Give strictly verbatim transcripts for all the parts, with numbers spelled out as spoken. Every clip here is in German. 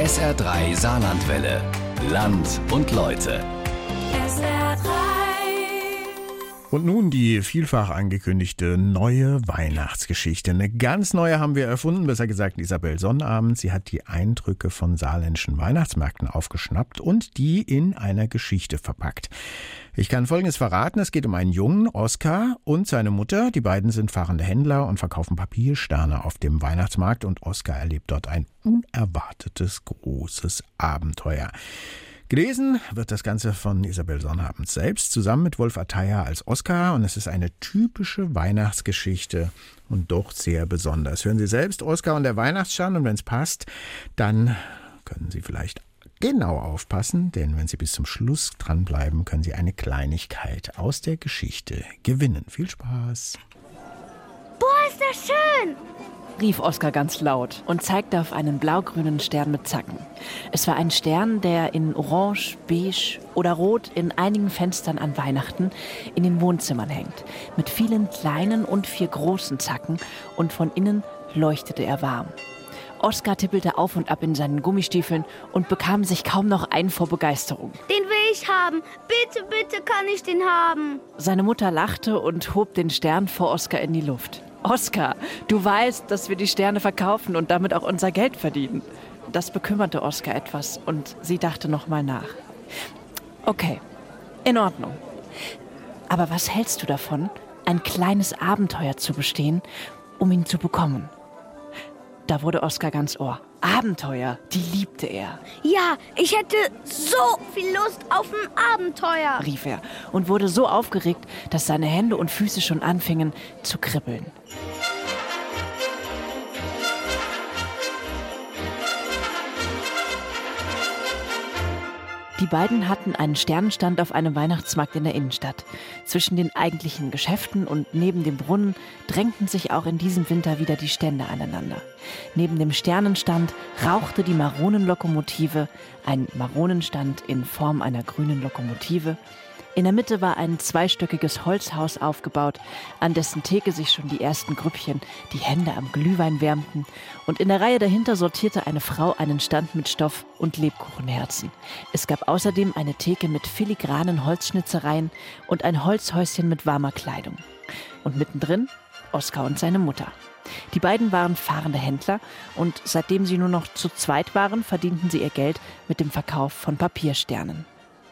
S R drei Saarlandwelle. Land und Leute. S R drei. Und nun die vielfach angekündigte neue Weihnachtsgeschichte. Eine ganz neue haben wir erfunden, besser gesagt Isabel Sonnabend. Sie hat die Eindrücke von saarländischen Weihnachtsmärkten aufgeschnappt und die in einer Geschichte verpackt. Ich kann Folgendes verraten, es geht um einen Jungen, Oskar, und seine Mutter. Die beiden sind fahrende Händler und verkaufen Papiersterne auf dem Weihnachtsmarkt und Oskar erlebt dort ein unerwartetes, großes Abenteuer. Gelesen wird das Ganze von Isabel Sonnabend selbst, zusammen mit Wolf Ataya als Oskar, und es ist eine typische Weihnachtsgeschichte und doch sehr besonders. Hören Sie selbst Oskar und der Weihnachtsstern, und wenn es passt, dann können Sie vielleicht genau aufpassen, denn wenn Sie bis zum Schluss dranbleiben, können Sie eine Kleinigkeit aus der Geschichte gewinnen. Viel Spaß! Boah, ist das schön! Rief Oskar ganz laut und zeigte auf einen blaugrünen Stern mit Zacken. Es war ein Stern, der in Orange, Beige oder Rot in einigen Fenstern an Weihnachten in den Wohnzimmern hängt. Mit vielen kleinen und vier großen Zacken, und von innen leuchtete er warm. Oskar tippelte auf und ab in seinen Gummistiefeln und bekam sich kaum noch ein vor Begeisterung. Den will ich haben. Bitte, bitte kann ich den haben. Seine Mutter lachte und hob den Stern vor Oskar in die Luft. Oskar, du weißt, dass wir die Sterne verkaufen und damit auch unser Geld verdienen. Das bekümmerte Oskar etwas und sie dachte noch mal nach. Okay, in Ordnung. Aber was hältst du davon, ein kleines Abenteuer zu bestehen, um ihn zu bekommen? Da wurde Oskar ganz Ohr. Abenteuer, die liebte er. Ja, ich hätte so viel Lust auf ein Abenteuer, rief er und wurde so aufgeregt, dass seine Hände und Füße schon anfingen zu kribbeln. Die beiden hatten einen Sternenstand auf einem Weihnachtsmarkt in der Innenstadt. Zwischen den eigentlichen Geschäften und neben dem Brunnen drängten sich auch in diesem Winter wieder die Stände aneinander. Neben dem Sternenstand rauchte die Maronenlokomotive, ein Maronenstand in Form einer grünen Lokomotive. In der Mitte war ein zweistöckiges Holzhaus aufgebaut, an dessen Theke sich schon die ersten Grüppchen die Hände am Glühwein wärmten. Und in der Reihe dahinter sortierte eine Frau einen Stand mit Stoff und Lebkuchenherzen. Es gab außerdem eine Theke mit filigranen Holzschnitzereien und ein Holzhäuschen mit warmer Kleidung. Und mittendrin Oskar und seine Mutter. Die beiden waren fahrende Händler und seitdem sie nur noch zu zweit waren, verdienten sie ihr Geld mit dem Verkauf von Papiersternen.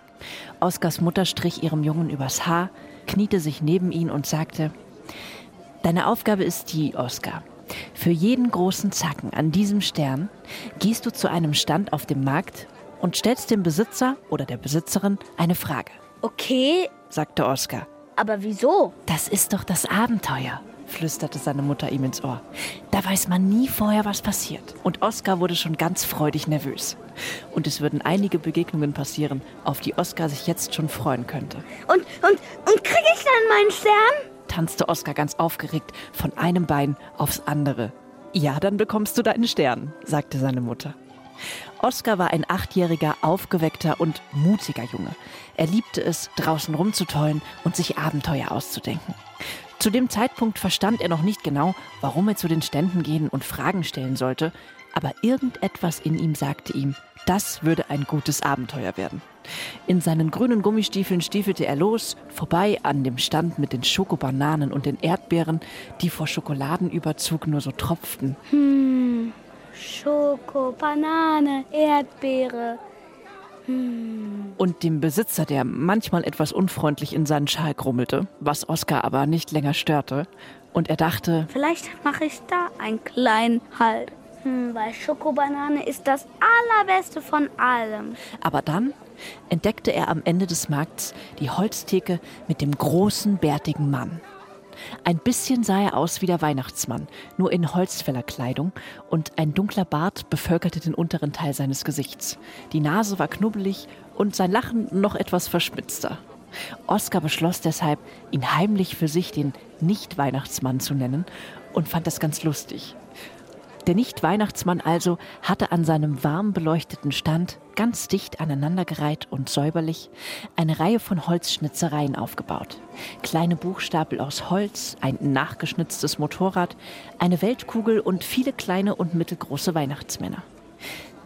Oskars Mutter strich ihrem Jungen übers Haar, kniete sich neben ihn und sagte: Deine Aufgabe ist die, Oskar. Für jeden großen Zacken an diesem Stern gehst du zu einem Stand auf dem Markt und stellst dem Besitzer oder der Besitzerin eine Frage. Okay, sagte Oskar. Aber wieso? Das ist doch das Abenteuer, flüsterte seine Mutter ihm ins Ohr. Da weiß man nie vorher, was passiert. Und Oskar wurde schon ganz freudig nervös. Und es würden einige Begegnungen passieren, auf die Oskar sich jetzt schon freuen könnte. Und, und, und krieg ich dann meinen Stern? Tanzte Oskar ganz aufgeregt von einem Bein aufs andere. Ja, dann bekommst du deinen Stern, sagte seine Mutter. Oskar war ein achtjähriger, aufgeweckter und mutiger Junge. Er liebte es, draußen rumzutollen und sich Abenteuer auszudenken. Zu dem Zeitpunkt verstand er noch nicht genau, warum er zu den Ständen gehen und Fragen stellen sollte, aber irgendetwas in ihm sagte ihm, das würde ein gutes Abenteuer werden. In seinen grünen Gummistiefeln stiefelte er los, vorbei an dem Stand mit den Schokobananen und den Erdbeeren, die vor Schokoladenüberzug nur so tropften. Hm, Schoko, Banane, Erdbeere. Hm. Und dem Besitzer, der manchmal etwas unfreundlich in seinen Schal grummelte, was Oskar aber nicht länger störte. Und er dachte, vielleicht mache ich da einen kleinen Halt. Hm, weil Schokobanane ist das Allerbeste von allem. Aber dann entdeckte er am Ende des Markts die Holztheke mit dem großen, bärtigen Mann. Ein bisschen sah er aus wie der Weihnachtsmann, nur in Holzfällerkleidung, und ein dunkler Bart bevölkerte den unteren Teil seines Gesichts. Die Nase war knubbelig und sein Lachen noch etwas verschmitzter. Oskar beschloss deshalb, ihn heimlich für sich den Nicht-Weihnachtsmann zu nennen und fand das ganz lustig. Der Nicht-Weihnachtsmann also hatte an seinem warm beleuchteten Stand, ganz dicht aneinandergereiht und säuberlich, eine Reihe von Holzschnitzereien aufgebaut. Kleine Buchstapel aus Holz, ein nachgeschnitztes Motorrad, eine Weltkugel und viele kleine und mittelgroße Weihnachtsmänner.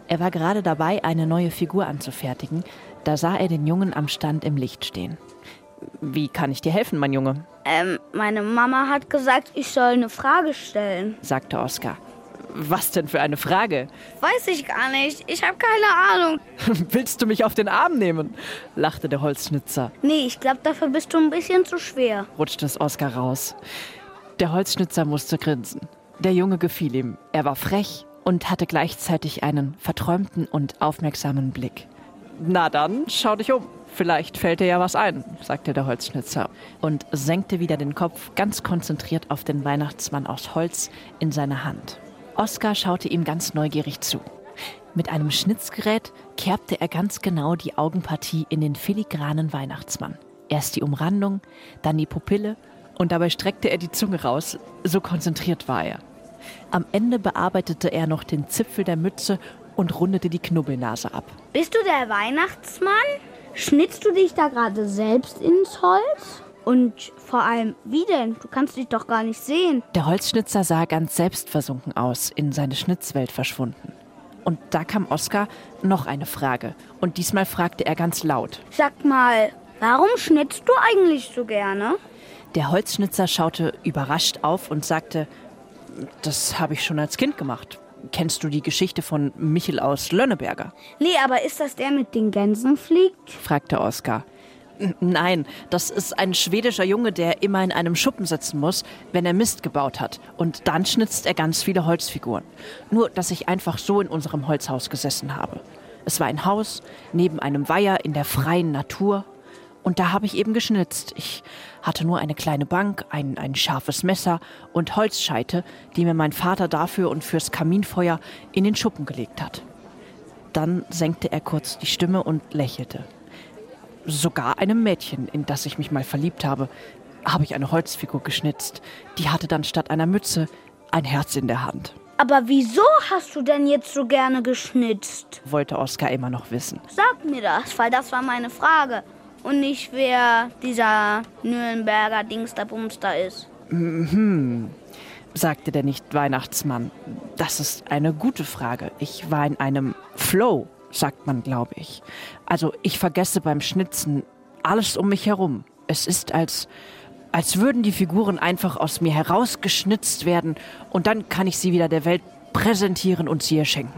Er war gerade dabei, eine neue Figur anzufertigen. Da sah er den Jungen am Stand im Licht stehen. »Wie kann ich dir helfen, mein Junge?« Ähm, meine Mama hat gesagt, ich soll eine Frage stellen, sagte Oskar. »Was denn für eine Frage?« Weiß ich gar nicht. Ich habe keine Ahnung. »Willst du mich auf den Arm nehmen?« lachte der Holzschnitzer. Nee, ich glaube, dafür bist du ein bisschen zu schwer, rutschte es Oskar raus. Der Holzschnitzer musste grinsen. Der Junge gefiel ihm. Er war frech und hatte gleichzeitig einen verträumten und aufmerksamen Blick. »Na dann, schau dich um. Vielleicht fällt dir ja was ein«, sagte der Holzschnitzer und senkte wieder den Kopf ganz konzentriert auf den Weihnachtsmann aus Holz in seiner Hand. Oskar schaute ihm ganz neugierig zu. Mit einem Schnitzgerät kerbte er ganz genau die Augenpartie in den filigranen Weihnachtsmann. Erst die Umrandung, dann die Pupille und dabei streckte er die Zunge raus, so konzentriert war er. Am Ende bearbeitete er noch den Zipfel der Mütze und rundete die Knubbelnase ab. Bist du der Weihnachtsmann? Schnitzt du dich da gerade selbst ins Holz? Und vor allem, wie denn? Du kannst dich doch gar nicht sehen. Der Holzschnitzer sah ganz selbstversunken aus, in seine Schnitzwelt verschwunden. Und da kam Oskar noch eine Frage. Und diesmal fragte er ganz laut. Sag mal, warum schnitzt du eigentlich so gerne? Der Holzschnitzer schaute überrascht auf und sagte, das habe ich schon als Kind gemacht. Kennst du die Geschichte von Michel aus Lönneberger? Nee, aber ist das der mit den Gänsen fliegt? Fragte Oskar. Nein, das ist ein schwedischer Junge, der immer in einem Schuppen sitzen muss, wenn er Mist gebaut hat. Und dann schnitzt er ganz viele Holzfiguren. Nur, dass ich einfach so in unserem Holzhaus gesessen habe. Es war ein Haus neben einem Weiher in der freien Natur. Und da habe ich eben geschnitzt. Ich hatte nur eine kleine Bank, ein, ein scharfes Messer und Holzscheite, die mir mein Vater dafür und fürs Kaminfeuer in den Schuppen gelegt hat. Dann senkte er kurz die Stimme und lächelte. Sogar einem Mädchen, in das ich mich mal verliebt habe, habe ich eine Holzfigur geschnitzt. Die hatte dann statt einer Mütze ein Herz in der Hand. Aber wieso hast du denn jetzt so gerne geschnitzt? Wollte Oskar immer noch wissen. Sag mir das, weil das war meine Frage. Und nicht, wer dieser Nürnberger Dingsterbumster ist. Mhm, sagte der Nicht-Weihnachtsmann. Das ist eine gute Frage. Ich war in einem Flow, sagt man, glaube ich. Also ich vergesse beim Schnitzen alles um mich herum. Es ist, als, als würden die Figuren einfach aus mir herausgeschnitzt werden und dann kann ich sie wieder der Welt präsentieren und sie ihr schenken.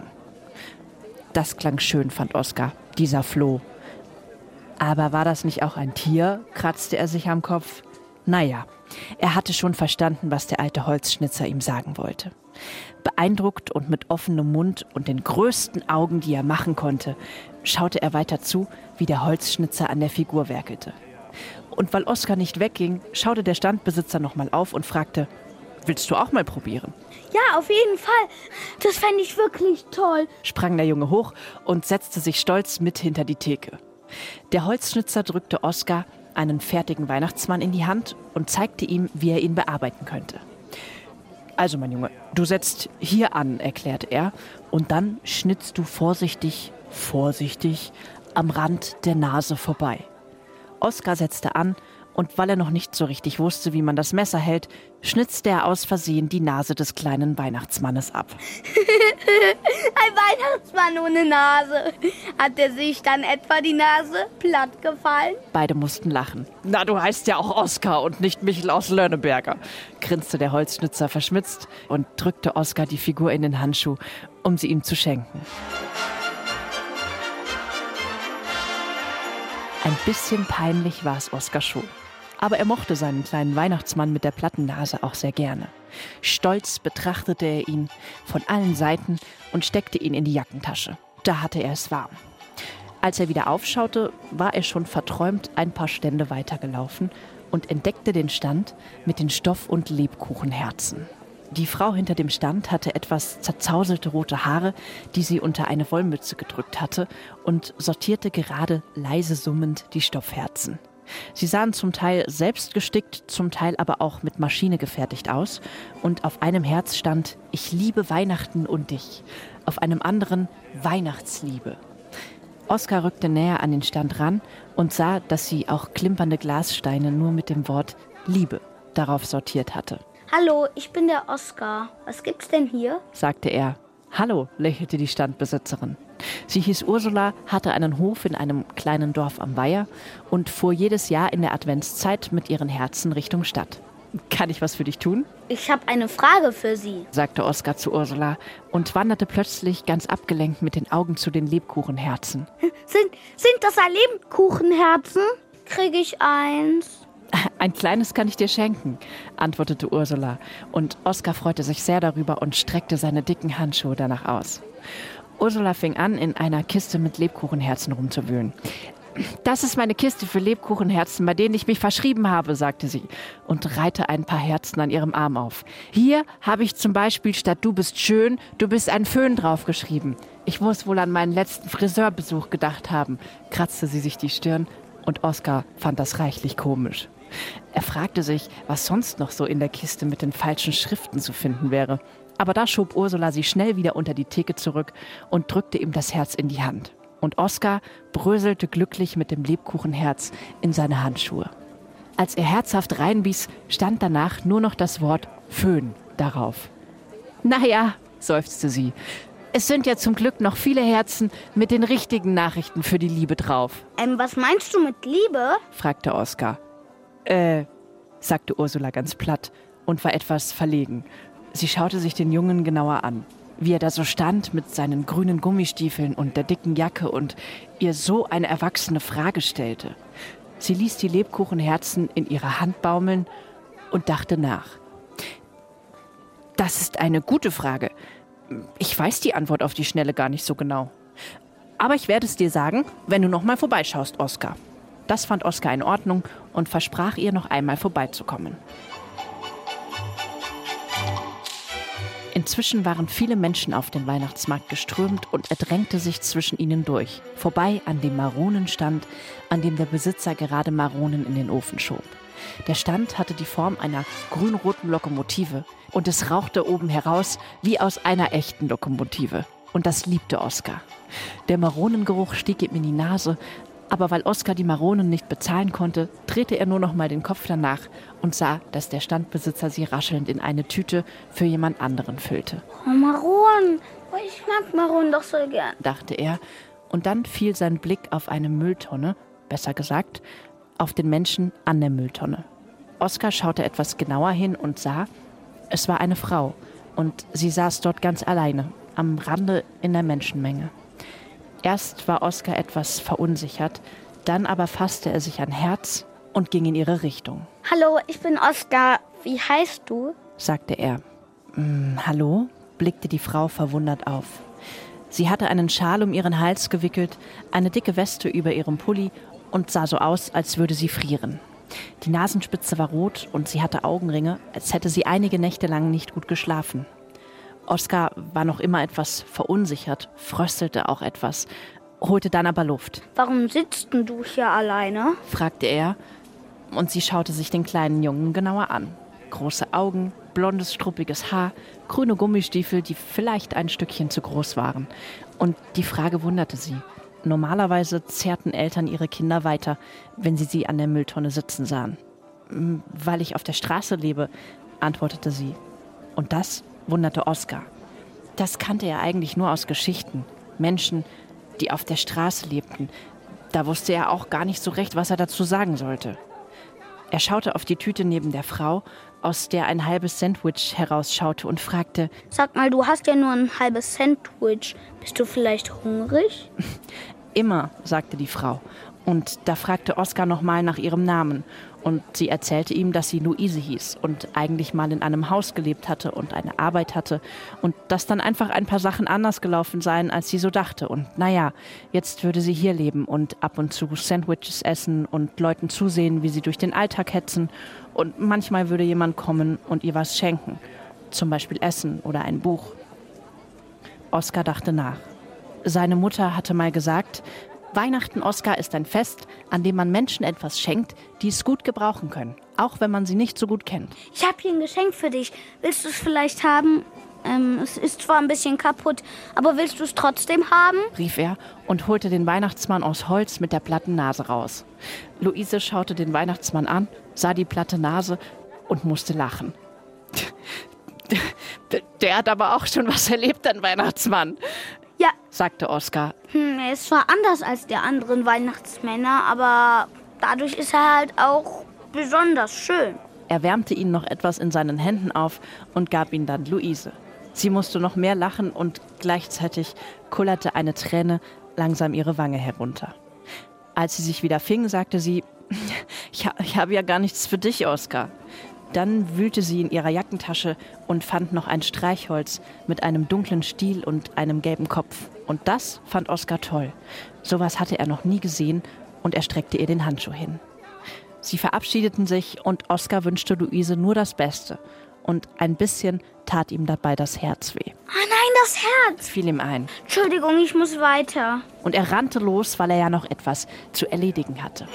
Das klang schön, fand Oskar, dieser Floh. Aber war das nicht auch ein Tier, kratzte er sich am Kopf. Naja, er hatte schon verstanden, was der alte Holzschnitzer ihm sagen wollte. Beeindruckt und mit offenem Mund und den größten Augen, die er machen konnte, schaute er weiter zu, wie der Holzschnitzer an der Figur werkelte. Und weil Oskar nicht wegging, schaute der Standbesitzer nochmal auf und fragte, willst du auch mal probieren? Ja, auf jeden Fall. Das fände ich wirklich toll, sprang der Junge hoch und setzte sich stolz mit hinter die Theke. Der Holzschnitzer drückte Oskar einen fertigen Weihnachtsmann in die Hand und zeigte ihm, wie er ihn bearbeiten könnte. Also, mein Junge, du setzt hier an, erklärte er, und dann schnitzt du vorsichtig, vorsichtig am Rand der Nase vorbei. Oskar setzte an und weil er noch nicht so richtig wusste, wie man das Messer hält, schnitzte er aus Versehen die Nase des kleinen Weihnachtsmannes ab. Ein Weihnachtsmann ohne Nase. Hat er sich dann etwa die Nase platt gefallen? Beide mussten lachen. Na, du heißt ja auch Oskar und nicht Michel aus Lönneberger, grinste der Holzschnitzer verschmitzt und drückte Oskar die Figur in den Handschuh, um sie ihm zu schenken. Ein bisschen peinlich war es Oskar schon. Aber er mochte seinen kleinen Weihnachtsmann mit der platten Nase auch sehr gerne. Stolz betrachtete er ihn von allen Seiten und steckte ihn in die Jackentasche. Da hatte er es warm. Als er wieder aufschaute, war er schon verträumt ein paar Stände weitergelaufen und entdeckte den Stand mit den Stoff- und Lebkuchenherzen. Die Frau hinter dem Stand hatte etwas zerzauselte rote Haare, die sie unter eine Wollmütze gedrückt hatte, und sortierte gerade leise summend die Stoffherzen. Sie sahen zum Teil selbst gestickt, zum Teil aber auch mit Maschine gefertigt aus. Und auf einem Herz stand »Ich liebe Weihnachten und dich«, auf einem anderen »Weihnachtsliebe«. Oskar rückte näher an den Stand ran und sah, dass sie auch klimpernde Glassteine nur mit dem Wort »Liebe« darauf sortiert hatte. Hallo, ich bin der Oskar. Was gibt's denn hier? Sagte er. Hallo, lächelte die Standbesitzerin. Sie hieß Ursula, hatte einen Hof in einem kleinen Dorf am Weiher und fuhr jedes Jahr in der Adventszeit mit ihren Herzen Richtung Stadt. Kann ich was für dich tun? Ich habe eine Frage für Sie, sagte Oskar zu Ursula und wanderte plötzlich ganz abgelenkt mit den Augen zu den Lebkuchenherzen. Sind, sind das Lebkuchenherzen? Kriege ich eins? Ein kleines kann ich dir schenken, antwortete Ursula. Und Oskar freute sich sehr darüber und streckte seine dicken Handschuhe danach aus. Ursula fing an, in einer Kiste mit Lebkuchenherzen rumzuwühlen. Das ist meine Kiste für Lebkuchenherzen, bei denen ich mich verschrieben habe, sagte sie und reihte ein paar Herzen an ihrem Arm auf. Hier habe ich zum Beispiel statt du bist schön, du bist ein Föhn draufgeschrieben. Ich muss wohl an meinen letzten Friseurbesuch gedacht haben, kratzte sie sich die Stirn und Oskar fand das reichlich komisch. Er fragte sich, was sonst noch so in der Kiste mit den falschen Schriften zu finden wäre. Aber da schob Ursula sie schnell wieder unter die Theke zurück und drückte ihm das Herz in die Hand. Und Oskar bröselte glücklich mit dem Lebkuchenherz in seine Handschuhe. Als er herzhaft reinbiss, stand danach nur noch das Wort Föhn darauf. Naja, seufzte sie, es sind ja zum Glück noch viele Herzen mit den richtigen Nachrichten für die Liebe drauf. Ähm, was meinst du mit Liebe? Fragte Oskar. Äh, sagte Ursula ganz platt und war etwas verlegen. Sie schaute sich den Jungen genauer an. Wie er da so stand mit seinen grünen Gummistiefeln und der dicken Jacke und ihr so eine erwachsene Frage stellte. Sie ließ die Lebkuchenherzen in ihrer Hand baumeln und dachte nach. Das ist eine gute Frage. Ich weiß die Antwort auf die Schnelle gar nicht so genau. Aber ich werde es dir sagen, wenn du noch mal vorbeischaust, Oskar. Das fand Oskar in Ordnung und versprach ihr, noch einmal vorbeizukommen. Inzwischen waren viele Menschen auf den Weihnachtsmarkt geströmt und er drängte sich zwischen ihnen durch, vorbei an dem Maronenstand, an dem der Besitzer gerade Maronen in den Ofen schob. Der Stand hatte die Form einer grün-roten Lokomotive und es rauchte oben heraus wie aus einer echten Lokomotive. Und das liebte Oskar. Der Maronengeruch stieg ihm in die Nase, aber weil Oskar die Maronen nicht bezahlen konnte, drehte er nur noch mal den Kopf danach und sah, dass der Standbesitzer sie raschelnd in eine Tüte für jemand anderen füllte. Oh, Maronen. Oh, ich mag Maronen doch so gern, dachte er. Und dann fiel sein Blick auf eine Mülltonne, besser gesagt, auf den Menschen an der Mülltonne. Oskar schaute etwas genauer hin und sah, es war eine Frau und sie saß dort ganz alleine, am Rande in der Menschenmenge. Erst war Oskar etwas verunsichert, dann aber fasste er sich ein Herz und ging in ihre Richtung. Hallo, ich bin Oskar. Wie heißt du? Sagte er. Hm, hallo? Blickte die Frau verwundert auf. Sie hatte einen Schal um ihren Hals gewickelt, eine dicke Weste über ihrem Pulli und sah so aus, als würde sie frieren. Die Nasenspitze war rot und sie hatte Augenringe, als hätte sie einige Nächte lang nicht gut geschlafen. Oskar war noch immer etwas verunsichert, fröstelte auch etwas, holte dann aber Luft. Warum sitzt denn du hier alleine? Fragte er und sie schaute sich den kleinen Jungen genauer an. Große Augen, blondes, struppiges Haar, grüne Gummistiefel, die vielleicht ein Stückchen zu groß waren. Und die Frage wunderte sie. Normalerweise zerrten Eltern ihre Kinder weiter, wenn sie sie an der Mülltonne sitzen sahen. Weil ich auf der Straße lebe, antwortete sie. Und das wunderte Oskar. Das kannte er eigentlich nur aus Geschichten. Menschen, die auf der Straße lebten. Da wusste er auch gar nicht so recht, was er dazu sagen sollte. Er schaute auf die Tüte neben der Frau, aus der ein halbes Sandwich herausschaute und fragte: Sag mal, du hast ja nur ein halbes Sandwich. Bist du vielleicht hungrig? Immer, sagte die Frau. Und da fragte Oskar nochmal nach ihrem Namen. Und sie erzählte ihm, dass sie Luise hieß und eigentlich mal in einem Haus gelebt hatte und eine Arbeit hatte. Und dass dann einfach ein paar Sachen anders gelaufen seien, als sie so dachte. Und naja, jetzt würde sie hier leben und ab und zu Sandwiches essen und Leuten zusehen, wie sie durch den Alltag hetzen. Und manchmal würde jemand kommen und ihr was schenken. Zum Beispiel Essen oder ein Buch. Oskar dachte nach. Seine Mutter hatte mal gesagt: Weihnachten, Oskar, ist ein Fest, an dem man Menschen etwas schenkt, die es gut gebrauchen können, auch wenn man sie nicht so gut kennt. Ich habe hier ein Geschenk für dich. Willst du es vielleicht haben? Ähm, es ist zwar ein bisschen kaputt, aber willst du es trotzdem haben? Rief er und holte den Weihnachtsmann aus Holz mit der platten Nase raus. Luise schaute den Weihnachtsmann an, sah die platte Nase und musste lachen. Der hat aber auch schon was erlebt, dein Weihnachtsmann, Ja, sagte Oskar. hm, er ist zwar anders als die anderen Weihnachtsmänner, aber dadurch ist er halt auch besonders schön. Er wärmte ihn noch etwas in seinen Händen auf und gab ihn dann Luise. Sie musste noch mehr lachen und gleichzeitig kullerte eine Träne langsam ihre Wange herunter. Als sie sich wieder fing, sagte sie, ich, ha- ich habe ja gar nichts für dich, Oskar. Dann wühlte sie in ihrer Jackentasche und fand noch ein Streichholz mit einem dunklen Stiel und einem gelben Kopf. Und das fand Oskar toll. Sowas hatte er noch nie gesehen und er streckte ihr den Handschuh hin. Sie verabschiedeten sich und Oskar wünschte Luise nur das Beste. Und ein bisschen tat ihm dabei das Herz weh. Ah nein, das Herz. Fiel ihm ein. Entschuldigung, ich muss weiter. Und er rannte los, weil er ja noch etwas zu erledigen hatte.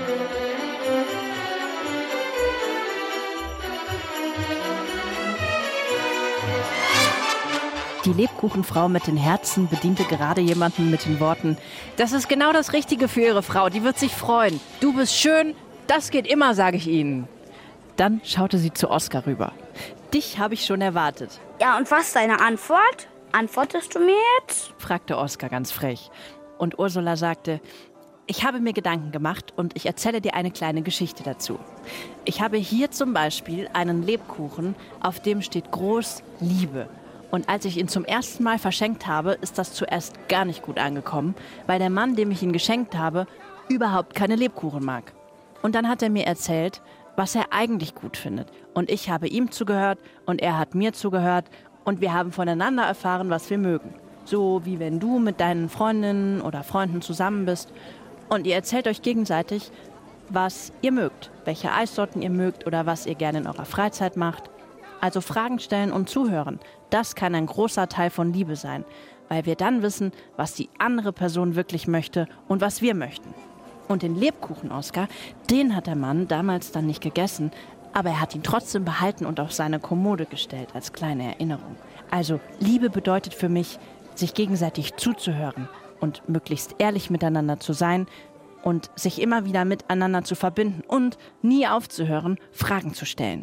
Die Lebkuchenfrau mit den Herzen bediente gerade jemanden mit den Worten: Das ist genau das Richtige für Ihre Frau, die wird sich freuen. Du bist schön, das geht immer, sage ich Ihnen. Dann schaute sie zu Oskar rüber. Dich habe ich schon erwartet, Ja, und was ist deine Antwort? Antwortest du mir jetzt? fragte Oskar ganz frech. Und Ursula sagte: Ich habe mir Gedanken gemacht und ich erzähle dir eine kleine Geschichte dazu. Ich habe hier zum Beispiel einen Lebkuchen, auf dem steht groß Liebe. Und als ich ihn zum ersten Mal verschenkt habe, ist das zuerst gar nicht gut angekommen, weil der Mann, dem ich ihn geschenkt habe, überhaupt keine Lebkuchen mag. Und dann hat er mir erzählt, was er eigentlich gut findet. Und ich habe ihm zugehört und er hat mir zugehört und wir haben voneinander erfahren, was wir mögen. So wie wenn du mit deinen Freundinnen oder Freunden zusammen bist und ihr erzählt euch gegenseitig, was ihr mögt, welche Eissorten ihr mögt oder was ihr gerne in eurer Freizeit macht. Also Fragen stellen und zuhören, das kann ein großer Teil von Liebe sein, weil wir dann wissen, was die andere Person wirklich möchte und was wir möchten. Und den Lebkuchen, Oskar, den hat der Mann damals dann nicht gegessen, aber er hat ihn trotzdem behalten und auf seine Kommode gestellt als kleine Erinnerung. Also Liebe bedeutet für mich, sich gegenseitig zuzuhören und möglichst ehrlich miteinander zu sein und sich immer wieder miteinander zu verbinden und nie aufzuhören, Fragen zu stellen.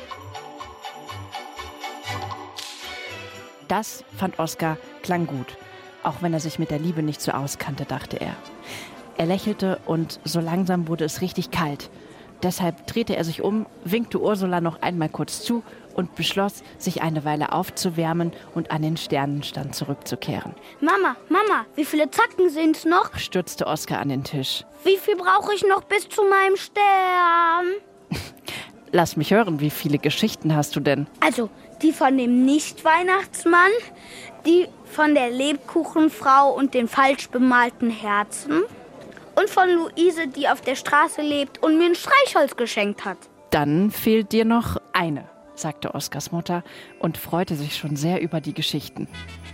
Das fand Oskar klang gut, auch wenn er sich mit der Liebe nicht so auskannte, dachte er. Er lächelte und so langsam wurde es richtig kalt. Deshalb drehte er sich um, winkte Ursula noch einmal kurz zu und beschloss, sich eine Weile aufzuwärmen und an den Sternenstand zurückzukehren. Mama, Mama, wie viele Zacken sind's noch? Stürzte Oskar an den Tisch. Wie viel brauche ich noch bis zu meinem Stern? Lass mich hören, wie viele Geschichten hast du denn? Also, die von dem Nicht-Weihnachtsmann, die von der Lebkuchenfrau und den falsch bemalten Herzen und von Luise, die auf der Straße lebt und mir ein Streichholz geschenkt hat. Dann fehlt dir noch eine, sagte Oskars Mutter und freute sich schon sehr über die Geschichten.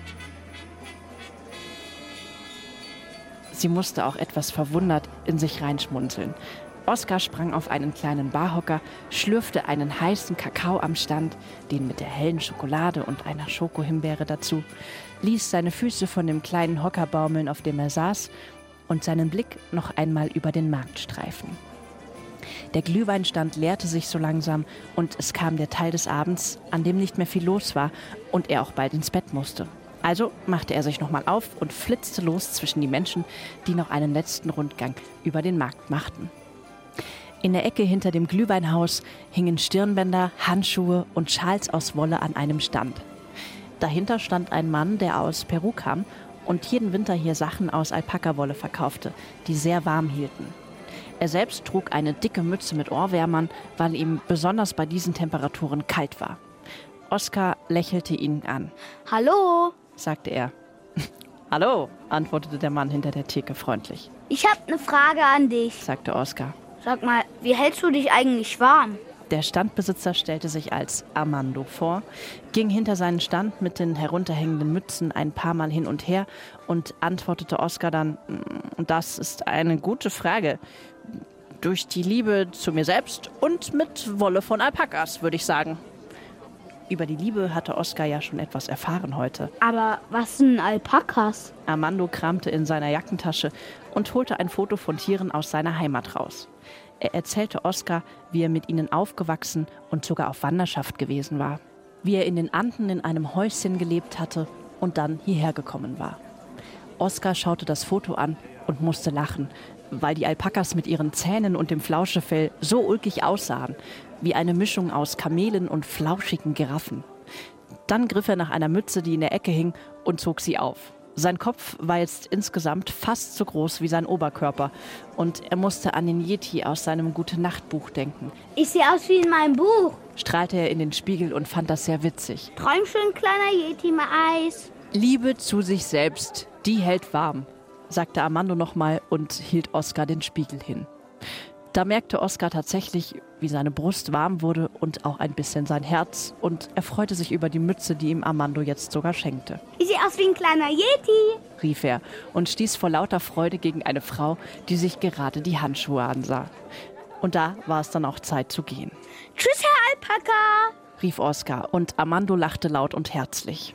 Sie musste auch etwas verwundert in sich reinschmunzeln. Oskar sprang auf einen kleinen Barhocker, schlürfte einen heißen Kakao am Stand, den mit der hellen Schokolade und einer Schokohimbeere dazu, ließ seine Füße von dem kleinen Hocker baumeln, auf dem er saß, und seinen Blick noch einmal über den Markt streifen. Der Glühweinstand leerte sich so langsam und es kam der Teil des Abends, an dem nicht mehr viel los war und er auch bald ins Bett musste. Also machte er sich nochmal auf und flitzte los zwischen die Menschen, die noch einen letzten Rundgang über den Markt machten. In der Ecke hinter dem Glühweinhaus hingen Stirnbänder, Handschuhe und Schals aus Wolle an einem Stand. Dahinter stand ein Mann, der aus Peru kam und jeden Winter hier Sachen aus Alpakawolle verkaufte, die sehr warm hielten. Er selbst trug eine dicke Mütze mit Ohrwärmern, weil ihm besonders bei diesen Temperaturen kalt war. Oskar lächelte ihn an. Hallo, sagte er. Hallo, antwortete der Mann hinter der Theke freundlich, ich habe eine Frage an dich. sagte Oskar. Sag mal, wie hältst du dich eigentlich warm? Der Standbesitzer stellte sich als Armando vor, ging hinter seinen Stand mit den herunterhängenden Mützen ein paar Mal hin und her und antwortete Oskar dann: Das ist eine gute Frage. Durch die Liebe zu mir selbst und mit Wolle von Alpakas, würde ich sagen. Über die Liebe hatte Oskar ja schon etwas erfahren heute. Aber was sind Alpakas? Armando kramte in seiner Jackentasche und holte ein Foto von Tieren aus seiner Heimat raus. Er erzählte Oskar, wie er mit ihnen aufgewachsen und sogar auf Wanderschaft gewesen war. wie er in den Anden in einem Häuschen gelebt hatte und dann hierher gekommen war. Oskar schaute das Foto an und musste lachen, weil die Alpakas mit ihren Zähnen und dem Flauschefell so ulkig aussahen, wie eine Mischung aus Kamelen und flauschigen Giraffen. Dann griff er nach einer Mütze, die in der Ecke hing, und zog sie auf. Sein Kopf war jetzt insgesamt fast so groß wie sein Oberkörper und er musste an den Yeti aus seinem Gute-Nacht-Buch denken. Ich sehe aus wie in meinem Buch. Strahlte er in den Spiegel und fand das sehr witzig. Träum schön, kleiner Yeti, mal Eis. Liebe zu sich selbst, die hält warm, sagte Armando nochmal und hielt Oskar den Spiegel hin. Da merkte Oskar tatsächlich, wie seine Brust warm wurde und auch ein bisschen sein Herz. Und er freute sich über die Mütze, die ihm Armando jetzt sogar schenkte. Ich sehe aus wie ein kleiner Yeti, rief er und stieß vor lauter Freude gegen eine Frau, die sich gerade die Handschuhe ansah. Und da war es dann auch Zeit zu gehen. Tschüss, Herr Alpaka, rief Oskar und Armando lachte laut und herzlich.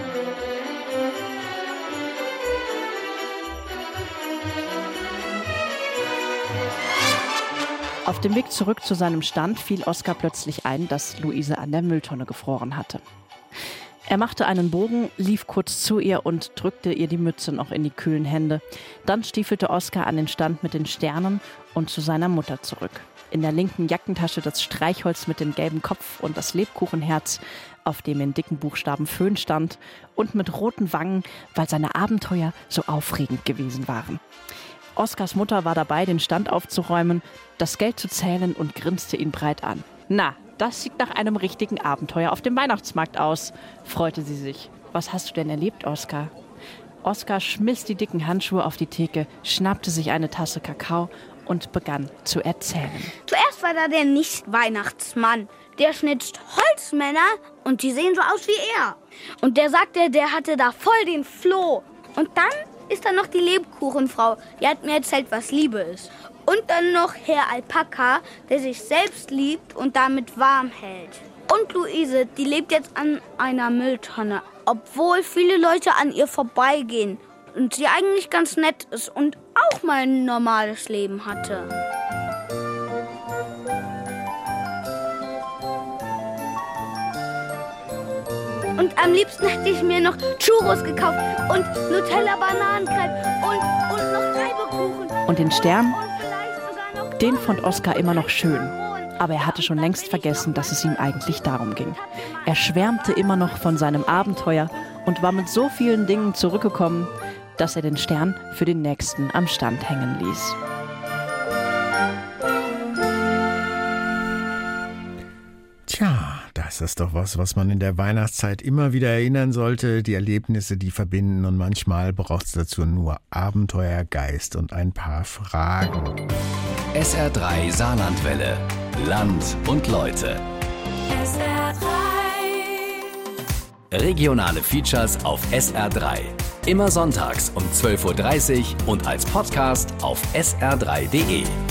Auf dem Weg zurück zu seinem Stand fiel Oskar plötzlich ein, dass Luise an der Mülltonne gefroren hatte. Er machte einen Bogen, lief kurz zu ihr und drückte ihr die Mütze noch in die kühlen Hände. Dann stiefelte Oskar an den Stand mit den Sternen und zu seiner Mutter zurück. In der linken Jackentasche das Streichholz mit dem gelben Kopf und das Lebkuchenherz, auf dem in dicken Buchstaben Föhn stand, und mit roten Wangen, weil seine Abenteuer so aufregend gewesen waren. Oskars Mutter war dabei, den Stand aufzuräumen, das Geld zu zählen und grinste ihn breit an. Na, das sieht nach einem richtigen Abenteuer auf dem Weihnachtsmarkt aus, freute sie sich. Was hast du denn erlebt, Oskar? Oskar schmiss die dicken Handschuhe auf die Theke, schnappte sich eine Tasse Kakao und begann zu erzählen. Zuerst war da der Nicht-Weihnachtsmann. Der schnitzt Holzmänner und die sehen so aus wie er. Und der sagte, der hatte da voll den Floh. Und dann ist da noch die Lebkuchenfrau. Die hat mir erzählt, was Liebe ist. Und dann noch Herr Alpaka, der sich selbst liebt und damit warm hält. Und Luise, die lebt jetzt an einer Mülltonne, obwohl viele Leute an ihr vorbeigehen. Und sie eigentlich ganz nett ist und auch mal ein normales Leben hatte. Und am liebsten hätte ich mir noch Churros gekauft und Nutella-Bananencreme und, und noch Reibekuchen. Und den Stern, Und vielleicht sogar noch den fand Oskar immer noch schön. Aber er hatte schon längst vergessen, dass es ihm eigentlich darum ging. Er schwärmte immer noch von seinem Abenteuer und war mit so vielen Dingen zurückgekommen, dass er den Stern für den nächsten am Stand hängen ließ. Tja, das ist doch was, was man in der Weihnachtszeit immer wieder erinnern sollte. Die Erlebnisse, die verbinden, und manchmal braucht es dazu nur Abenteuergeist und ein paar Fragen. S R drei Saarlandwelle. Land und Leute. S R drei. Regionale Features auf S R drei. Immer sonntags um zwölf Uhr dreißig und als Podcast auf S R drei punkt de.